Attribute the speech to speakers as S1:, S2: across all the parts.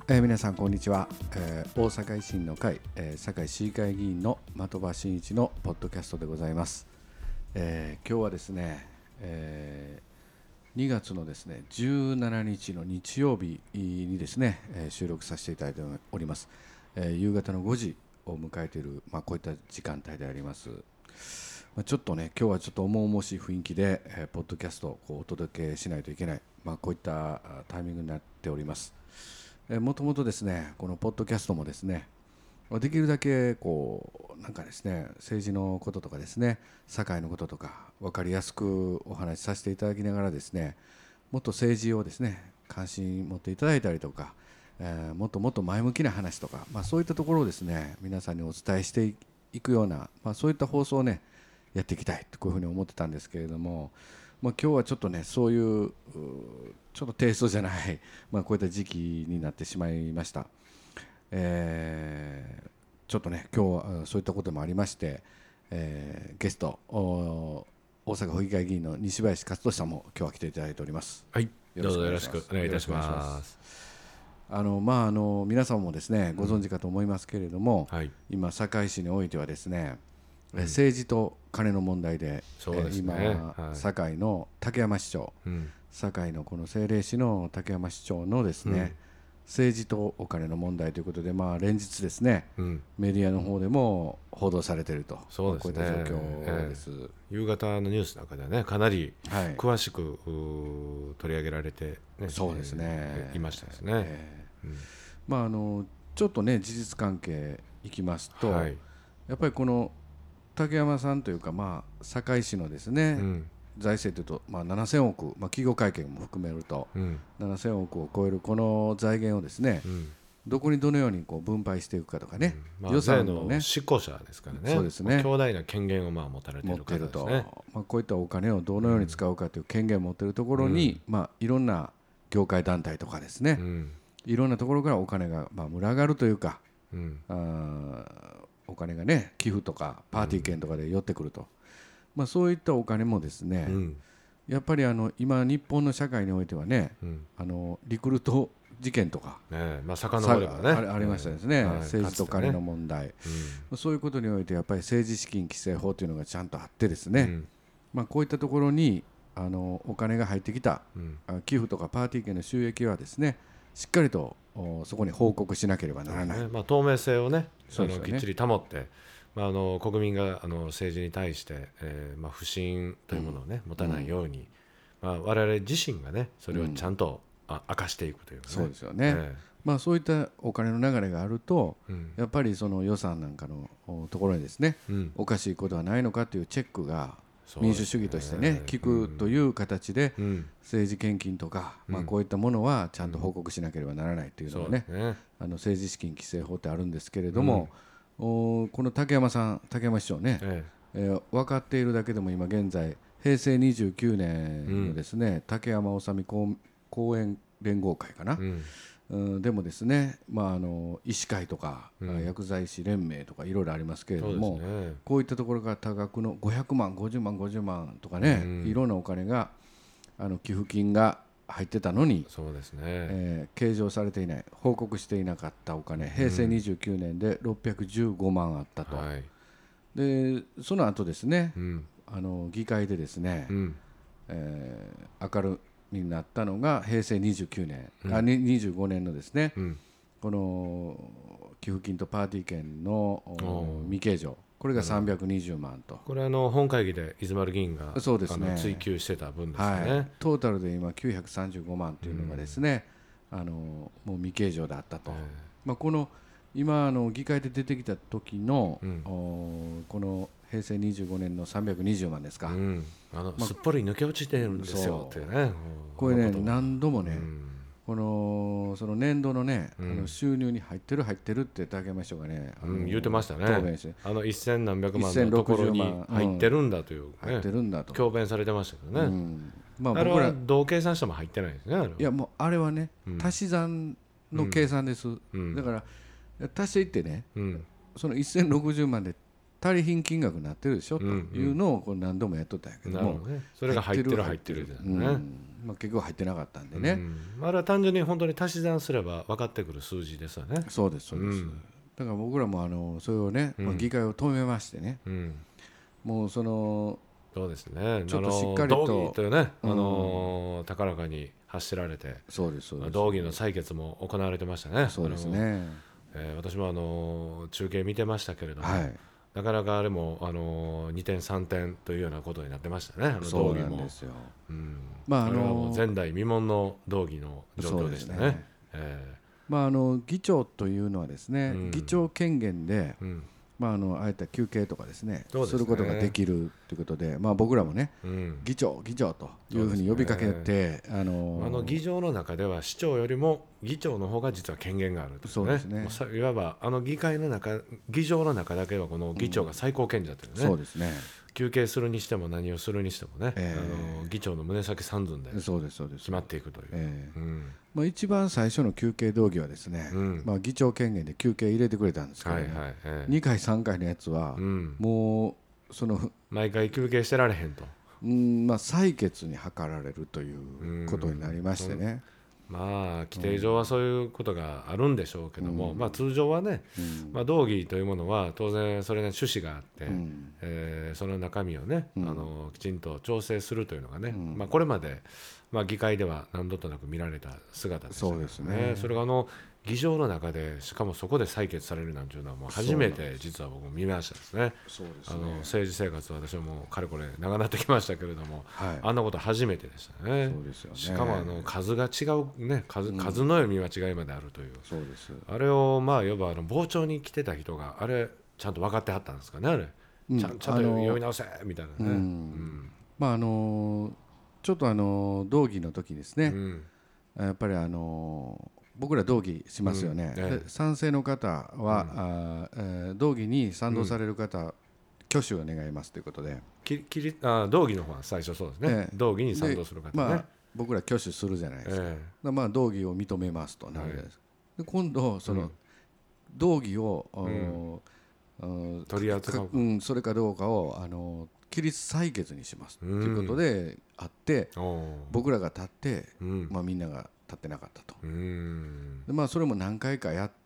S1: 皆さんこんにちは、大阪維新の会、堺市議会議員の的場真一のポッドキャストでございます。今日はですね、2月のですね17日の日曜日にですね、収録させていただいております。夕方の5時を迎えている、こういった時間帯であります。ちょっとね今日はちょっと重々しい雰囲気で、ポッドキャストをお届けしないといけない、こういったタイミングになっております。もともとですねこのポッドキャストもですねできるだけなんかですね政治のこととかですね社会のこととか分かりやすくお話しさせていただきながらですねもっと政治をですね関心持っていただいたりとか、もっともっと前向きな話とか、そういったところをですね皆さんにお伝えしていくような、そういった放送をねやっていきたいとこういうふうに思ってたんですけれども、今日はちょっとねそういうちょっとテイストじゃない、こういった時期になってしまいました。ちょっとね今日はそういったこともありまして、ゲスト大阪府議会議員の西林勝利さんも今日は来ていただいております。
S2: はい、どうぞよろしくお願いいたします。
S1: 皆さんもですねご存知かと思いますけれども、今堺市においてはですね、政治と金の問題で、今、堺の竹山市長、堺のこの政令市の竹山市長のですね、政治とお金の問題ということで、連日ですね、メディアの方でも報道されていると、
S2: そうですね、
S1: こういった状況です。
S2: 夕方のニュースなんかではねかなり詳しく、取り上げられて、
S1: そうですね、
S2: いましたですね。
S1: ちょっとね事実関係いきますと、やっぱりこの竹山さんというか、堺市のですね、財政というと、7000億、企業会計も含めると、7000億を超えるこの財源をですね、どこにどのように分配していくかとかね、
S2: 予算のね執行者ですからね、
S1: そうですね、
S2: 強大な権限を持たれている方ですね。
S1: こういったお金をどのように使うかという権限を持っているところに、いろんな業界団体とかですね、いろんなところからお金が群がるというか、お金がね寄付とかパーティー券とかで寄ってくると、そういったお金もですね、やっぱり今日本の社会においてはね、リクルート事件とか、
S2: 遡ればね
S1: ありましたですね、政治と金の問題、そういうことにおいてやっぱり政治資金規正法というのがちゃんとあってですね、こういったところにお金が入ってきた、寄付とかパーティー券の収益はですねしっかりとそこに報告しなければならない、
S2: 透明性をねきっちり保って、国民が政治に対して、不信というものをね、持たないように、我々自身がねそれをちゃんと明かしていくというね、
S1: そうですよね、そういったお金の流れがあると、やっぱりその予算なんかのところにですね、おかしいことはないのかというチェックが民主主義としてね聞くという形で、政治献金とか、こういったものはちゃんと報告しなければならないというのがね、政治資金規正法ってあるんですけれども、この竹山市長ね、分かっているだけでも今現在平成29年のですね、竹山治美公園連合会かな、でもですね、医師会とか、薬剤師連盟とかいろいろありますけれども、こういったところから多額の500万50万50万とかね、いろんなお金が寄付金が入ってたのに、
S2: そうですね、
S1: 計上されていない、報告していなかったお金、平成29年で615万あったと、でその後ですね、議会でですね、明るになったのが平成29年、25年のですね、この寄付金とパーティー券の未計上、これが320万と、
S2: これ本会議で伊豆丸議員が
S1: そうですね
S2: 追及してた分ですね、
S1: トータルで今935万というのがですね、もう未計上だったと、この今議会で出てきた時の、この平成25年の320万ですか、
S2: すっぽり抜け落ちてるんですよってね、
S1: これね何度もね、その年度のね、収入に入ってるって竹山市長がね、
S2: 言ってましたね、
S1: 答弁して
S2: 1000何百万のところに入ってるんだという、
S1: 入ってるんだと
S2: 強弁されてましたけどね、あれはどう計算しても入ってないですね。
S1: いやもうあれはね、足し算の計算です、だから足していってね、その1060万で足りひん金額になってるでしょというのをこう何度もやっとったんやけども、
S2: それが入ってるですね。
S1: 結局入ってなかったんでね、
S2: あれは単純に本当に足し算すれば分かってくる数字ですよね。
S1: そうですそうです、だから僕らもそれをね、議会を止めましてね、もう
S2: そうですね、
S1: ちょっとしっかりと
S2: 道義というね、高らかに発せられて、
S1: そうですそうです、
S2: 道義の採決も行われてましたね。
S1: そうですね、
S2: 私も中継見てましたけれども、なかなかあれも2点3点というようなことになってましたね。
S1: そうなんですよ。
S2: あれはもう前代未聞の道義の状況でしたね。
S1: 議長というのはですね、議長権限で、ああいった休憩とかですね、することができるということで、僕らもね、議長というふうに呼びかけて、
S2: 議場の中では市長よりも議長の方が実は権限があると、
S1: そうですね、
S2: いわば議会の中、議場の中だけはこの議長が最高権者というね、
S1: そうですね、
S2: 休憩するにしても何をするにしてもね、議長の胸先三寸で決まっていくという、
S1: 一番最初の休憩動議はですね、議長権限で休憩入れてくれたんですけど、2回3回のやつは、もう
S2: 毎回休憩してられへんと、
S1: 採決に図られるということになりましてね、
S2: 規定上はそういうことがあるんでしょうけども、通常はね、道義というものは当然それなりに趣旨があって、その中身をね、きちんと調整するというのがね、これまで、議会では何度となく見られた姿ですよね。
S1: そうですね。
S2: それが議場の中で、しかもそこで採決されるなんていうのはもう初めて実は僕見ましたですね。
S1: そうですね。
S2: 政治生活は私はもうかれこれ長なってきましたけれども、あんなこと初めてでしたね。
S1: そうですよね。
S2: しかも数が違うね、数の読み間違いまであるという。
S1: そうです。
S2: あれをいわば傍聴に来てた人があれちゃんと分かってはったんですかね、あれ。ちゃんと読み直せみたいなね。
S1: ちょっと道義の時ですね、やっぱり僕ら道義しますよね、賛成の方は、道義に賛同される方、挙手を願いますということで、
S2: 道義の方は最初そうですね、道義に賛同する方ね、
S1: 僕ら挙手するじゃないですか、道義を認めますとなるじゃないですか。で今度道義を、
S2: 取り扱う、
S1: それかどうかを規律採決にしますということであって、僕らが立って、みんなが立ってなかったと。でそれも何回かやって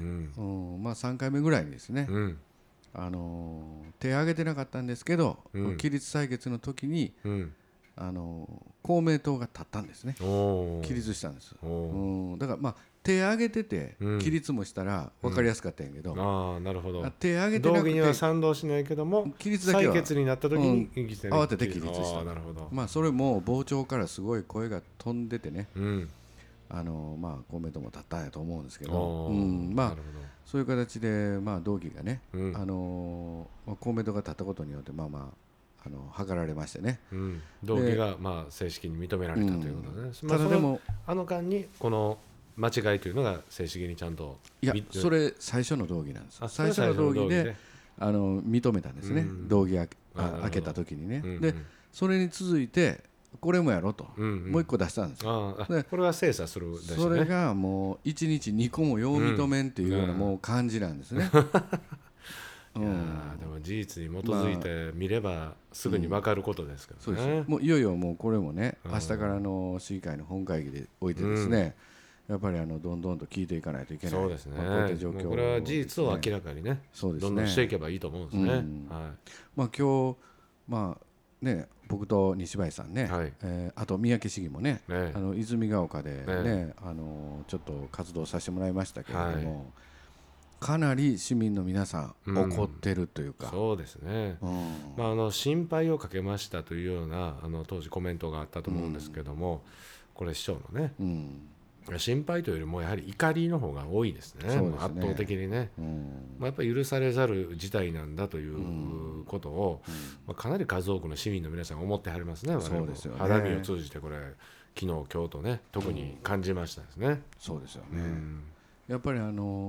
S1: 、3回目ぐらいにですね、手を挙げてなかったんですけど、規律採決の時に、公明党が立ったんですね。規律したんです。だから手を挙げてて規律もしたら分かりやすかったんやけど、
S2: なるほど、
S1: 手を挙げてなくて
S2: 道義には賛同しないけども
S1: 規律だけは
S2: 採決になった時に、
S1: 慌てて規律した。
S2: なるほど。
S1: それも傍聴からすごい声が飛んでてね、公明党も立ったんやと思うんですけど、そういう形で道義がね、公明党が立ったことによって図られましてね、
S2: 道義が正式に認められたということですね。ただでも間にこの間違いというのが正式にちゃんと、
S1: それ最初の道義なんです。最初の道義で認めたんですね、道義開けた時にね。でそれに続いてこれもやろと、もう一個出したんですよ。
S2: これは精査するですね。
S1: それがもう1日2個もよう認めんっていうようなもう感じなんですね。
S2: でも事実に基づいて見ればすぐに分かることですからね。
S1: そうです。もういよいよもうこれもね、明日からの市議会の本会議でおいてですね、やっぱりどんどんと聞いていかないといけない。
S2: そうですね。
S1: こういった状況、
S2: これは事実を明らかにね、どんどんしていけばいいと思うんですね。
S1: 今日僕と西林さんね、あと三宅市議もね、泉ヶ丘でね、ちょっと活動させてもらいましたけれども、かなり市民の皆さん怒ってるというか、
S2: そうですね。心配をかけましたというような当時コメントがあったと思うんですけども、これ市長のね、心配というよりもやはり怒りの方が多いですね。圧倒的にね、やっぱり許されざる事態なんだということを、かなり数多くの市民の皆さんが思ってはりますね。
S1: そうですよね。
S2: 肌身を通じてこれ昨日今日とね特に感じましたですね。
S1: そうですよね。やっぱり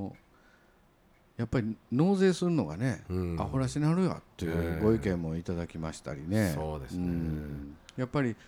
S1: 納税するのがね、アホらしなるやっていうご意見もいただきましたりね。
S2: そうですね。
S1: やっぱり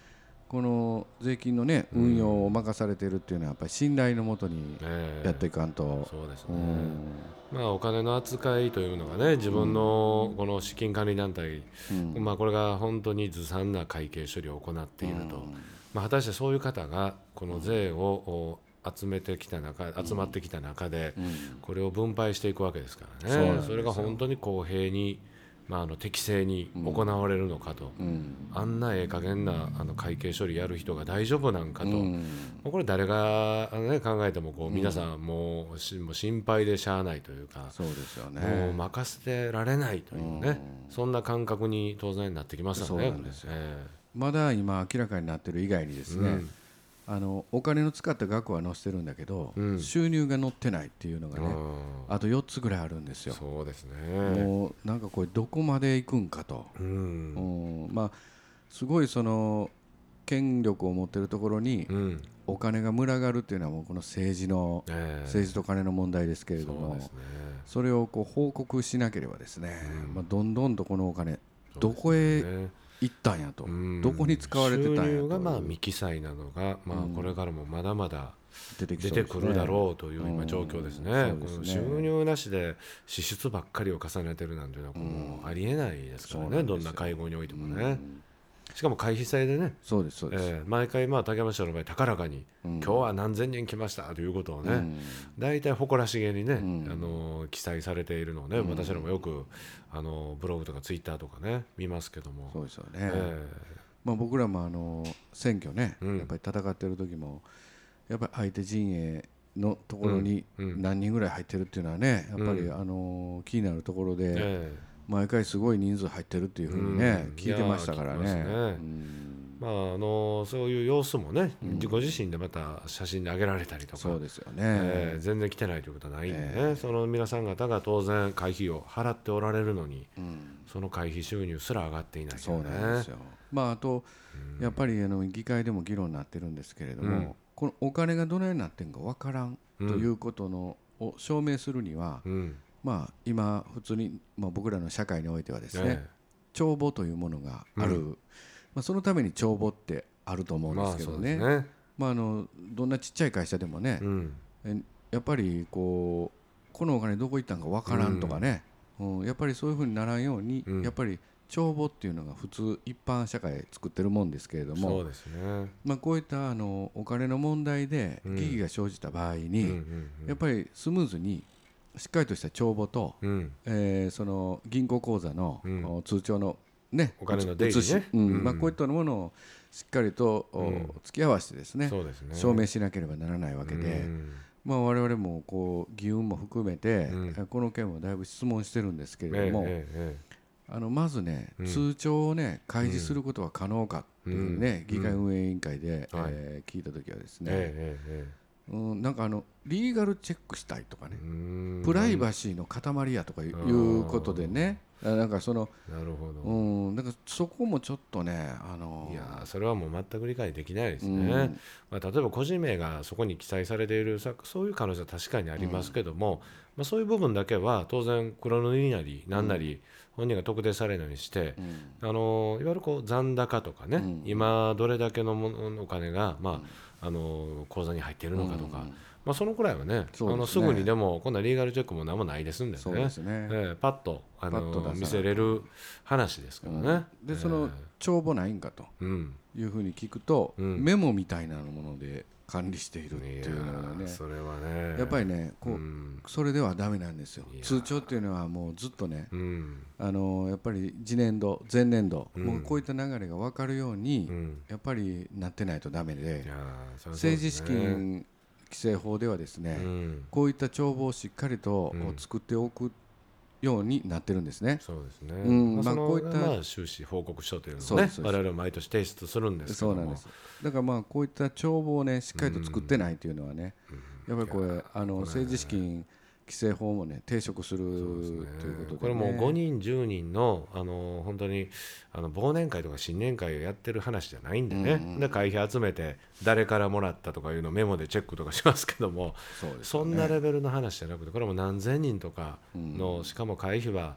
S1: この税金のね運用を任されているっていうのはやっぱり信頼のもとにやっていかんと、
S2: そうですね、まあ、お金の扱いというのがね自分のこの資金管理団体、まあ、これが本当にずさんな会計処理を行っていると、まあ、果たしてそういう方がこの税を集まってきた中でこれを分配していくわけですからね、それが本当に公平に、まあ、適正に行われるのかと、あんな加減な会計処理やる人が大丈夫なんかと、これ誰が、ね、考えても皆さんもう心配でしゃあないというか、
S1: そうですよね、
S2: もう任せてられないというね、そんな感覚に当然なってきますよね。
S1: そうなんですよ、まだ今明らかになっている以外にですね、お金の使った額は載せてるんだけど、収入が載ってないっていうのがね、あと4つぐらいあるんですよ。
S2: そうですね、
S1: もうなんかこれどこまで行くんかと、まあすごいその権力を持っているところにお金が群がるっていうのはもうこの政治と金の問題ですけれども、それをこう報告しなければですね、どんどんとこのお金どこへ行ったんやと、どこに使われてたんやと、
S2: 収入が未記載なのが、これからもまだまだ出てくるだろうという今状況ですね。この収入なしで支出ばっかりを重ねてるなんていうのはもうありえないですからね、どんな会合においてもね。しかも会費制でね、
S1: そうですそうです、
S2: 毎回竹山市長の場合高らかに、今日は何千人来ましたということをね、大体誇らしげにね、記載されているのをね、私らもよくブログとかツイッターとかね見ますけども、
S1: そうですよね、僕らも選挙ね、やっぱり戦ってる時もやっぱり相手陣営のところに何人ぐらい入ってるっていうのはね、やっぱり気になるところで、毎回すごい人数入ってるっていうふうにね、聞いてましたからね。
S2: そういう様子もね、ご自身でまた写真で上げられたりとか、
S1: そうですよね、
S2: 全然来てないということはないんでね、その皆さん方が当然会費を払っておられるのに、その会費収入すら上がっていないというね。
S1: そうなんですよ。あとやっぱり議会でも議論になってるんですけれども、このお金がどのようになってるか分からんということを証明するには、今普通に、僕らの社会においてはですね、帳簿というものがある、そのために帳簿ってあると思うんですけどね、どんなちっちゃい会社でもね、やっぱりこのお金どこ行ったんか分からんとかね、やっぱりそういうふうにならんように、やっぱり帳簿っていうのが普通一般社会作ってるもんですけれども、
S2: そうですね、こ
S1: ういったお金の問題で疑義が生じた場合に、やっぱりスムーズにしっかりとした帳簿と、その銀行口座の、通帳のね、
S2: お金の出入りね、
S1: こういったものをしっかりと、付き合わせてですね、証明しなければならないわけで、我々も議運も含めて、この件はだいぶ質問してるんですけれども、まずね、通帳をね開示することは可能かっていうね、議会運営委員会で、聞いたときはですね、なんかリーガルチェックしたいとかね、プライバシーの塊やとかいうことでね、なんかその
S2: なるほど、
S1: なんかそこもちょっとね、
S2: いやそれはもう全く理解できないですね、例えば個人名がそこに記載されているそういう可能性は確かにありますけども、そういう部分だけは当然黒塗りなり何なり本人が特定されないようにして、いわゆる残高とかね、今どれだけのお金が、口座に入っているのかとか、そのくらいはね、すぐにでもこんなリーガルチェックも何もないですんでね、パッと見せれる話ですからね。
S1: でその帳簿ないんかというふうに聞くと、メモみたいなもので管理しているっていうのがね、
S2: それはね
S1: やっぱりねそれではダメなんですよ。通帳っていうのはもうずっとね、やっぱり次年度前年度、もうこういった流れが分かるように、やっぱりなってないとダメで、政治資金規正法ではですね、こういった帳簿をしっかりと作っておくようになってるんですね。
S2: そうですね。こういった収支報告書というのをね、我々は毎年提出するんですけども、
S1: そうなんです。だからこういった帳簿をねしっかりと作ってないというのはね、やっぱりこれ政治資金規正法もね抵触するということで、
S2: これもう5人10人の本当に忘年会とか新年会をやってる話じゃないんでね、で会費集めて誰からもらったとかいうのをメモでチェックとかしますけども、そんなレベルの話じゃなくて、これも何千人とかの、しかも会費は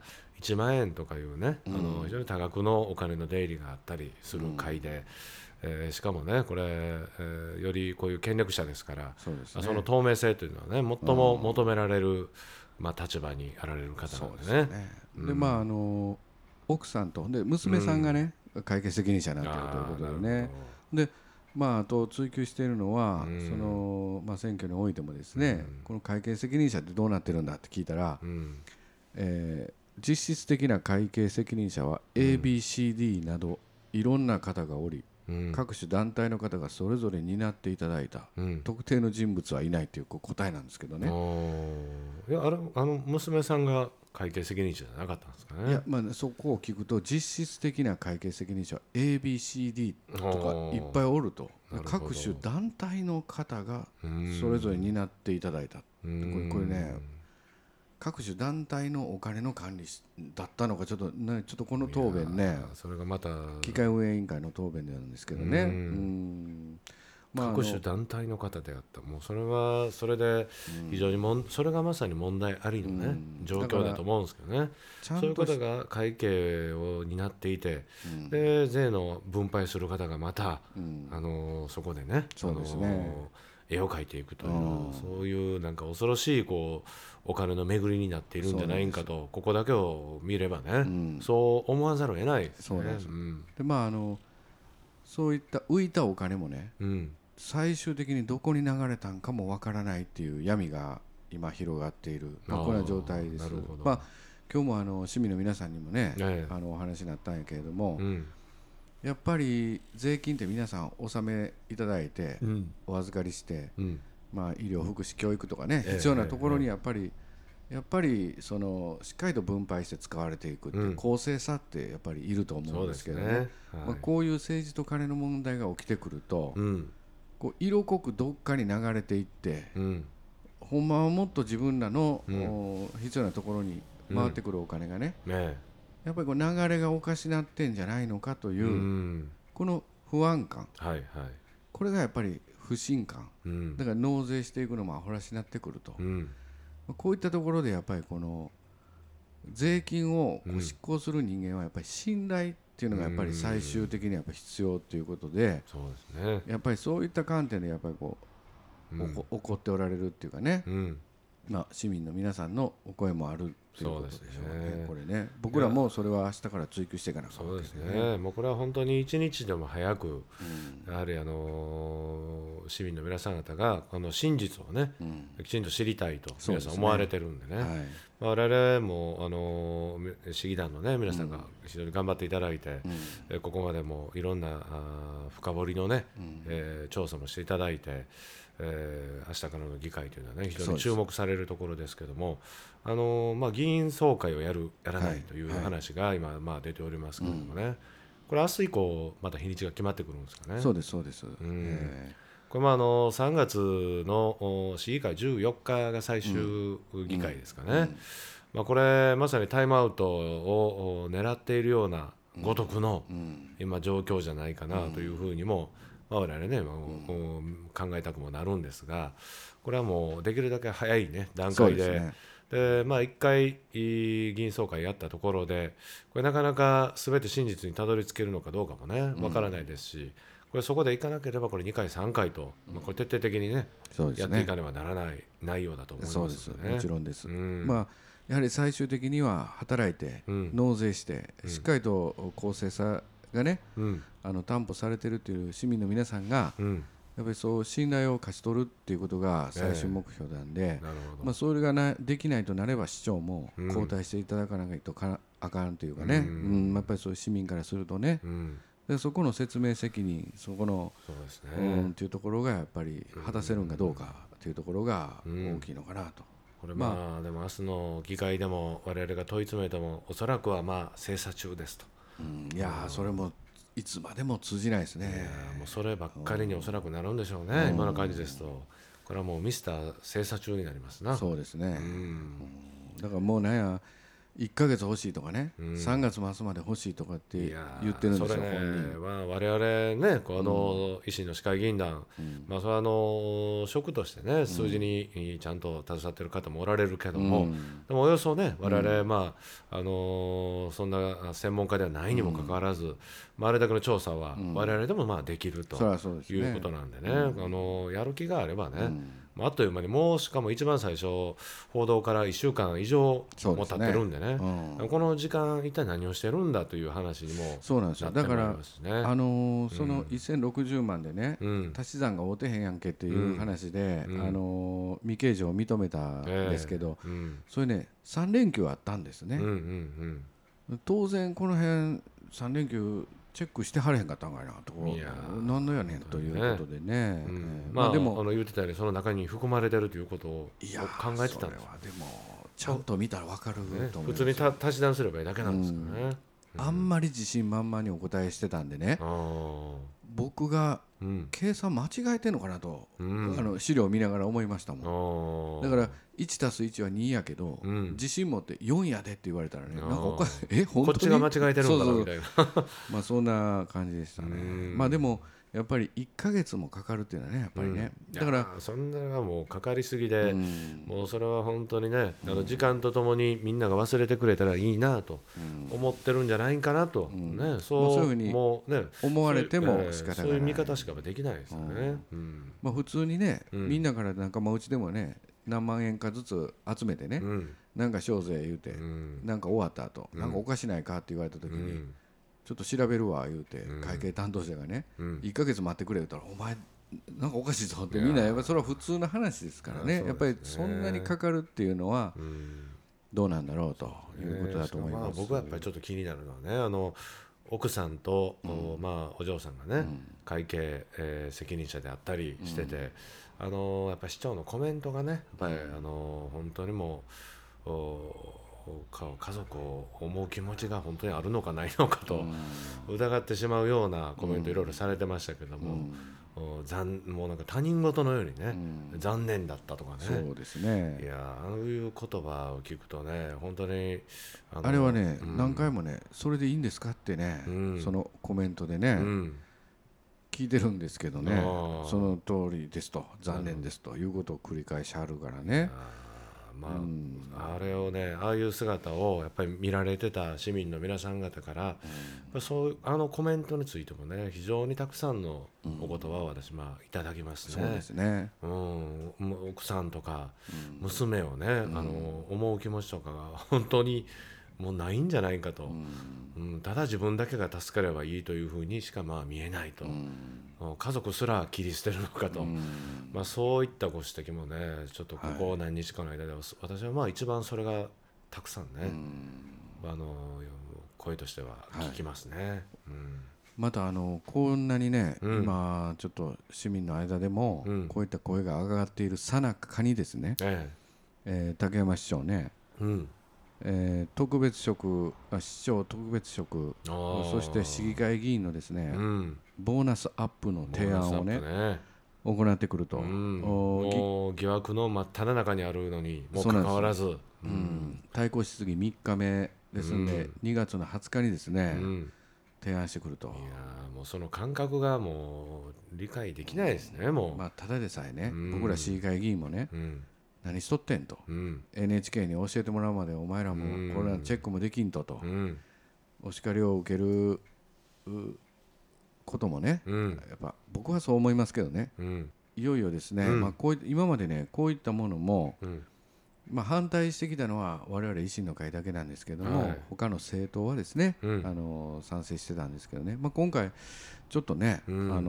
S2: 1万円とかいうね、非常に多額のお金の出入りがあったりする会で、しかもねこれ、よりこういう権力者ですから、
S1: そうですね、
S2: その透明性というのはね最も求められる、立場にあられる方なんでね。
S1: で奥さんとで娘さんがね、会計責任者になっているということでね、であと追及しているのは、選挙においてもですね、この会計責任者ってどうなってるんだって聞いたら、実質的な会計責任者は ABCD などいろんな方がおり、各種団体の方がそれぞれ担っていただいた、特定の人物はいないという答えなんですけどね。
S2: いや娘さんが会計責任者じゃなかったんですかね。
S1: いや、そこを聞くと実質的な会計責任者は ABCD とかいっぱいおると、各種団体の方がそれぞれ担っていただいた。これね、各種団体のお金の管理だったのかちょっとこの答弁ね、
S2: それがまた
S1: 議会運営委員会の答弁なんですけどね、
S2: 各種団体の方であった、もうそれはそれで非常にそれがまさに問題ありのね、状況だと思うんですけどね。そういう方が会計を担っていて、で税の分配する方がまた、そこでね、
S1: そうですね、
S2: 絵を描いていくという、そういうなんか恐ろしいお金の巡りになっているんじゃないかと、ここだけを見ればね、そう思わざるを得ないですね。
S1: そうなんです、でそういった浮いたお金もね、最終的にどこに流れたんかもわからないっていう闇が今広がっている、こんな状態です。今日も市民の皆さんにもね、お話になったんやけれども、やっぱり税金って皆さん納めいただいて、お預かりして、医療福祉教育とかね、必要なところにやっぱりそのしっかりと分配して使われていくっていう公正さってやっぱりいると思うんですけどね。こういう政治と金の問題が起きてくると、色濃くどっかに流れていって、ほんまはもっと自分らの、必要なところに回ってくるお金がね、やっぱり流れがおかしなってんじゃないのかという、この不安感、これがやっぱり不信感、だから納税していくのもアホらしになってくると、こういったところでやっぱりこの税金を執行する人間はやっぱり信頼っていうのがやっぱり最終的にやっぱ必要ということで、やっぱりそういった観点でやっぱり怒っておられるっていうかね、市民の皆さんのお声もあるということでしょうね。これね、僕らもそれは明日から追求していかなきゃいけない。
S2: そうですね。もうこれは本当に一日でも早く、やはり市民の皆さん方がこの真実をね、きちんと知りたいと皆さん思われてるんでね。我々も市議団のね皆さんが非常に頑張っていただいて、ここまでもいろんな深掘りのね、調査もしていただいて。明日からの議会というのはね非常に注目されるところですけども、議員総会をやらないという話が今、出ておりますけれどもね、これ明日以降また日にちが決まってくるんですかね。
S1: そうですそうです、
S2: これも3月の市議会14日が最終議会ですかね、これまさにタイムアウトを狙っているようなごとくの今状況じゃないかなというふうにも我々ね、考えたくもなるんですが、これはもうできるだけ早い、ね、段階で、1回議員総会やったところでこれなかなか全て真実にたどり着けるのかどうかもねわからないですし、これそこでいかなければこれ2回3回と、これ徹底的にねやっていかねばならない内容だと思いますよね。
S1: そうです、もちろんです、やはり最終的には働いて、納税して、しっかりと公正さがね、担保されているという市民の皆さんが、やっぱりそう信頼を勝ち取るっていうことが最終目標なんで、それができないとなれば市長も交代していただかないとあかんというかね、やっぱりそういう市民からするとね、でそこの説明責任、そこのっていうところがやっぱり果たせるんかどうかというところが大きいのかなと。
S2: これでも明日の議会でも我々が問い詰めてもおそらくは精査中ですと。
S1: いやそれもいつまでも通じないですね。
S2: もうそればっかりにおそらくなるんでしょうね、今の感じですと。これはもうミスター精査中になりますな。
S1: そうですね、だからもうなんや 1ヶ月欲しいとかね、3月末まで欲しいとかって言ってるんですよ、
S2: それね、
S1: 本人。
S2: 我々ね、維新の市会議員団、それは職としてね、数字にちゃんと携わっている方もおられるけども、でもおよそね、我々、そんな専門家ではないにもかかわらず、あれだけの調査は我々でもできるということなんでね、やる気があればね、あっという間にもうしかも一番最初報道から1週間以上も経ってるんでね、この時間一体何をしてるんだという話にもなって
S1: そうなんですよ。だから、
S2: ますね。
S1: その1060万でね、足し算が合うてへんやんけっていう話で、未計上を認めたんですけど、それね3連休あったんですね。当然この辺3連休チェックしてはれへんかったんかいなと、何のやねんということでね、
S2: でも言ってたようにその中に含まれてるということを考えてたんです。それは
S1: でもちゃんと見たら分かると思う、
S2: 普通に足し算すればいいだけなんですよね。
S1: あんまり自信満々にお答えしてたんでね、僕が計算間違えてんのかなと、資料を見ながら思いましたもん。だから1足す1は2やけど、自信持って4やでって言われたらね、なんか本当に
S2: こっちが間違えてるんだろうみたいな
S1: そんな感じでしたね。でもやっぱり1ヶ月もかかるっていうのはね、やっぱりね、だから
S2: そんなのがもうかかりすぎで、もうそれは本当にね、時間とともにみんなが忘れてくれたらいいなと思ってるんじゃないかなと、
S1: そういうふうに思われても仕方がない、
S2: そういう見方しかできないですよね。
S1: 普通にね、みんなから仲間内でもね何万円かずつ集めてね、なんか賞税言うて、なんか終わった後、なんかおかしないかって言われた時に、ちょっと調べるわ言うて、会計担当者がね、1ヶ月待ってくれ言ったら、お前なんかおかしいぞって、みんなやっぱそれは普通の話ですからね、やっぱりそんなにかかるっていうのはどうなんだろうということだと思います。
S2: 僕はやっぱりちょっと気になるのはね、奥さんと、お嬢さんがね、会計、責任者であったりしてて、やっぱ市長のコメントがね、やっぱり本当にもう家族を思う気持ちが本当にあるのかないのかと疑ってしまうようなコメントいろいろされてましたけども、もうなんか他人事のようにね、残念だったとかね。
S1: そうですね。
S2: いや、ああいう言葉を聞くとね、本当に
S1: あれはね、何回もね、それでいいんですかってね、そのコメントでね、聞いてるんですけどね、その通りですと、残念ですということを繰り返しはるからね。
S2: あれをね、ああいう姿をやっぱり見られてた市民の皆さん方から、コメントについてもね、非常にたくさんのお言葉を私いただきますね。
S1: そうですね。
S2: 奥さんとか娘をね、思う気持ちとかが本当にもうないんじゃないかと、ただ自分だけが助かればいいというふうにしか見えないと、家族すら切り捨てるのかと、そういったご指摘もね、ちょっとここ何日かの間で、私は一番それがたくさんね、声としては聞きますね。
S1: またこんなにね、今ちょっと市民の間でもこういった声が上がっているさなかにですね、竹山市長ね、特別職、市長特別職、そして市議会議員のですね、ボーナスアップの提案をね行ってくると、
S2: もう疑惑の真っ只中にあるのにもかかわらず、
S1: 対抗質疑3日目ですので、2月の20日にですね、提案してくると。
S2: いやもうその感覚がもう理解できないですね。もう
S1: ただでさえね、僕ら市議会議員もね、何しとってんと、NHK に教えてもらうまでお前らもこれはチェックもできんと、お叱りを受けることもね、やっぱ僕はそう思いますけどね、いよいよですね、今までねこういったものも、反対してきたのは我々維新の会だけなんですけども、他の政党はですね、賛成してたんですけどね、今回ちょっとね、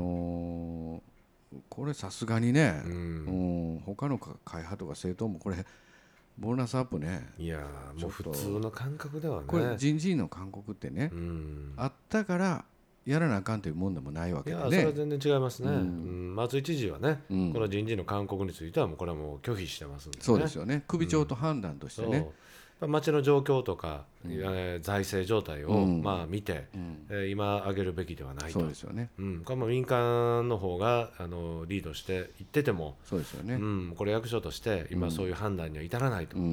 S1: これさすがにね、他の会派とか政党もこれボーナスアップね、
S2: いやもう普通の感覚ではね、
S1: これ人事院の勧告ってね、あったからやらなあかんというもんでもないわけでね。
S2: いやそれは全然違いますね。松井知事はね、この人事の勧告についてはもうこれはもう拒否してますんでね。
S1: そうですよね。首長と判断としてね、
S2: 町の状況とか、財政状態を見て、今上げるべきではないと。
S1: そうですよね。
S2: 民間の方がリードしていってても、
S1: そうですよね。
S2: これ役所として今そういう判断には至らないと、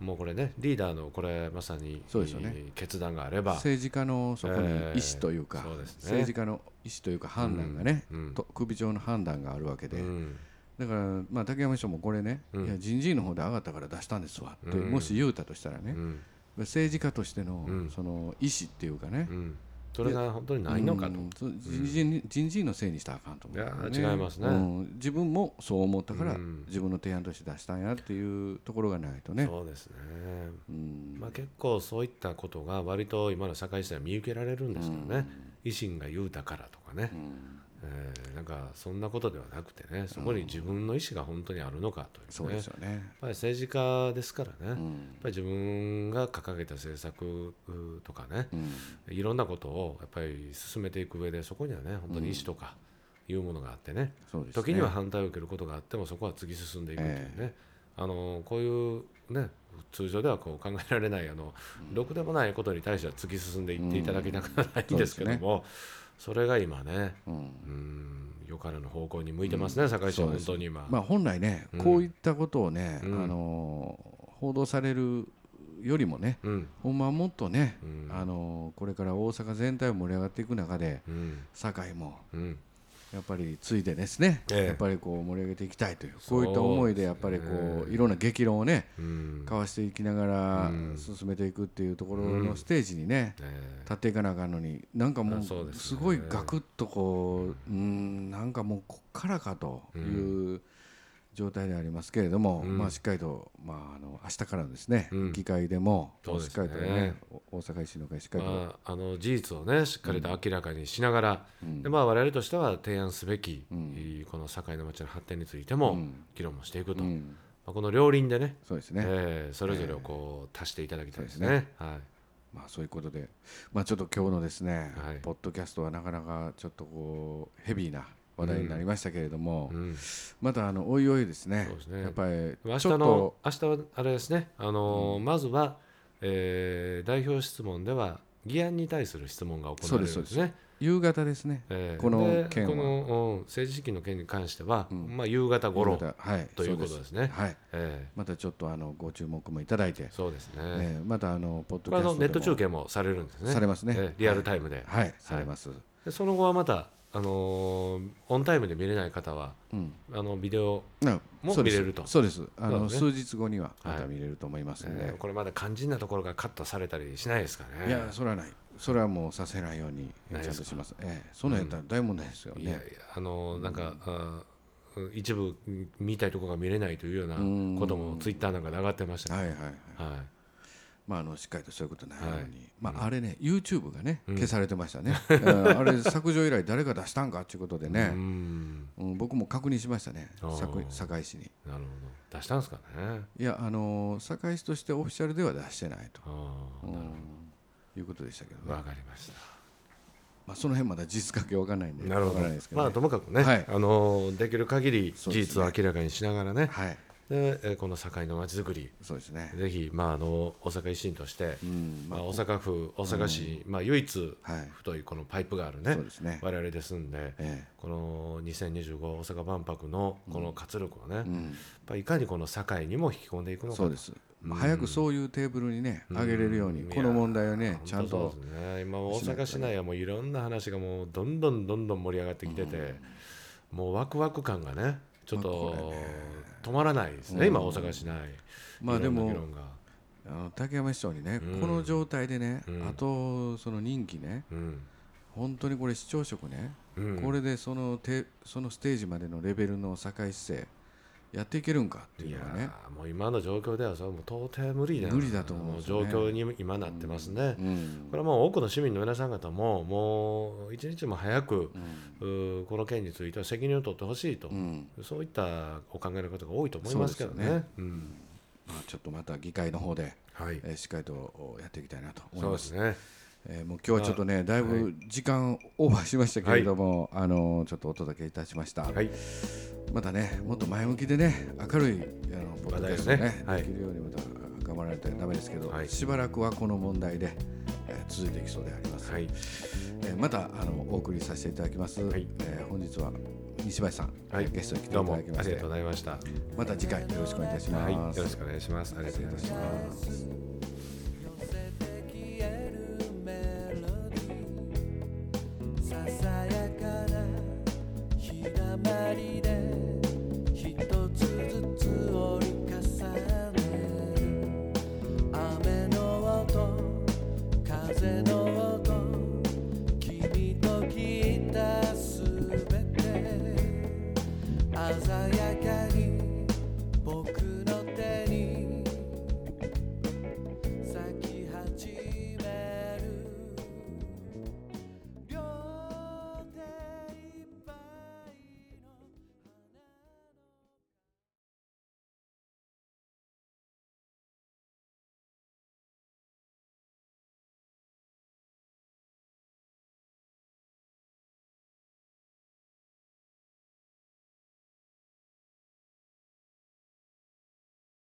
S2: もうこれねリーダーのこれまさに
S1: そうですよね
S2: 決断があれば
S1: 政治家のそこに意思というか、
S2: そうですね、
S1: 政治家の意思というか判断がね、
S2: うん
S1: と首長の判断があるわけで、
S2: うん
S1: だからまあ竹山秘書もこれね、
S2: うん
S1: いや人事院の方で上がったから出したんですわって、
S2: うん
S1: もし言うたとしたらね、
S2: うん
S1: 政治家としての
S2: うん
S1: その意思っていうかね、
S2: うんそれが本当にないのかと、
S1: そう人事院のせいにしたらあかんと思う、
S2: いや違いますね、
S1: 自分もそう思ったから
S2: うん
S1: 自分の提案として出したんやっていうところがないとね、
S2: そうですね、
S1: うん
S2: まあ、結構そういったことが割と今の社会時代見受けられるんですけどね、維新が言うたからとかね、なんかそんなことではなくてね、そこに自分の意思が本当にあるのかというね、
S1: そうですよね、
S2: やっぱり政治家ですからね、やっ
S1: うん
S2: ぱり自分が掲げた政策とかね、いろんなことをやっぱり進めていく上で、そこにはね本当に意思とかいうものがあってね、
S1: そうですね、
S2: 時には反対を受けることがあってもそこは突き進んでいくというね、こういうね通常ではこう考えられないろくでもないことに対しては突き進んでいっていただきたくはないんですけども、それが今ね、よからぬ方向に向いてますね、堺市は本当に今。
S1: まあ、本来ね、こういったことをね、報道されるよりもね、ほんまはもっとね、これから大阪全体を盛り上がっていく中で、堺もやっぱりついでですね、やっぱりこう盛り上げていきたいという、こういった思いでやっぱりこういろんな激論をね、交わしていきながら進めていくっていうところのステージにね、立っていかなあかんのに、なんかもうすごいガクッとこう、なんかもうこっからかという状態でありますけれども、まあしっかりと明日からのですね、議会でもしっかりとね、大阪維新の会しっかりと
S2: 事実をねしっかりと明らかにしながら、で我々としては提案すべき、この堺の町の発展についても議論もしていくと、この両輪でね、
S1: そうですね、
S2: それぞれをこう足していただきたいですね。
S1: まあそういうことで、まあちょっと今日のですね、ポッドキャストはなかなかちょっとこうヘビーな話題になりましたけれども、またおいおいですね、やっぱり
S2: 明日はあれですね、まずは、代表質問では議案に対する質問が行われるんですね。
S1: 夕方ですね、この件は
S2: この政治資金の件に関しては、夕方頃ということですね。
S1: またちょっとご注目もいただいて、
S2: そうですね、
S1: またポッドキャストでも
S2: ネット中継もされるんですね。
S1: されますね、
S2: リアルタイムで、
S1: されます。
S2: その後はまたオンタイムで見れない方は、ビデオも見れると。
S1: そうです。数日後にはまた見れると思いますので、
S2: これまだ肝心なところがカットされたりしないですかね。
S1: いや、それはない。それはもうさせないようにちゃんとします。その辺は大問題ですよね。
S2: いやなんか一部見たいところが見れないというようなこともツイッターなんかで上がってましたね。まあ
S1: しっかりとそういうことないように、あれね YouTube がね消されてましたね。あれ削除以来誰が出したんかということでね、僕も確認しましたね、堺市に。
S2: なるほど、出したんですかね。
S1: いや堺市としてオフィシャルでは出してないということでしたけどね。
S2: わかりました。
S1: その辺まだ事実関係わからないんで
S2: わからないですけど、ともかくね、できる限り事実を明らかにしながらね、でこの堺のまちづくり、
S1: そうですね、
S2: ぜひ、大阪維新として、大阪府大阪市、唯一太いこのパイプがあるね、我々ですんで、この2025大阪万博のこの活力をね、いかにこの堺にも引き込んでいくのか。
S1: そうです。早くそういうテーブルにね上げれるように、この問題をねちゃんと。
S2: そうですね、今大阪市内はもういろんな話がもうどんどん盛り上がってきてて、もうワクワク感がねちょっと止まらないですね、今大阪市内。
S1: でも竹山市長にね、この状態でね、あとその任期ね、本当にこれ市長職ね、これでそのステージまでのレベルの堺市政やっていけるんかっていうのはね、
S2: もう今の状況ではそれも到底無理
S1: だと思う
S2: 状況に今なってますね。これはもう多くの市民の皆さん方ももう一日も早く、この件については責任を取ってほしいと、そういったお考えの方が多いと思いますけどね。
S1: ちょっとまた議会の方で、しっかりとやっていきたいなと思います。
S2: そうです
S1: ね。もう今日はちょっとねだいぶ時間オーバーしましたけれども、ちょっとお届けいたしました。またねもっと前向きでね明るいポッドキャストねできるようにまた頑張られたらダメですけど、しばらくはこの問題で続いていきそうであります。またお送りさせていただきます。本日は西林さん、
S2: はい、
S1: ゲストに来てい
S2: どうも
S1: ただきまして、
S2: ありがとうございました。
S1: また次回よろしくお願いいたします。
S2: はい、よろしくお願いします。ありがとうございました。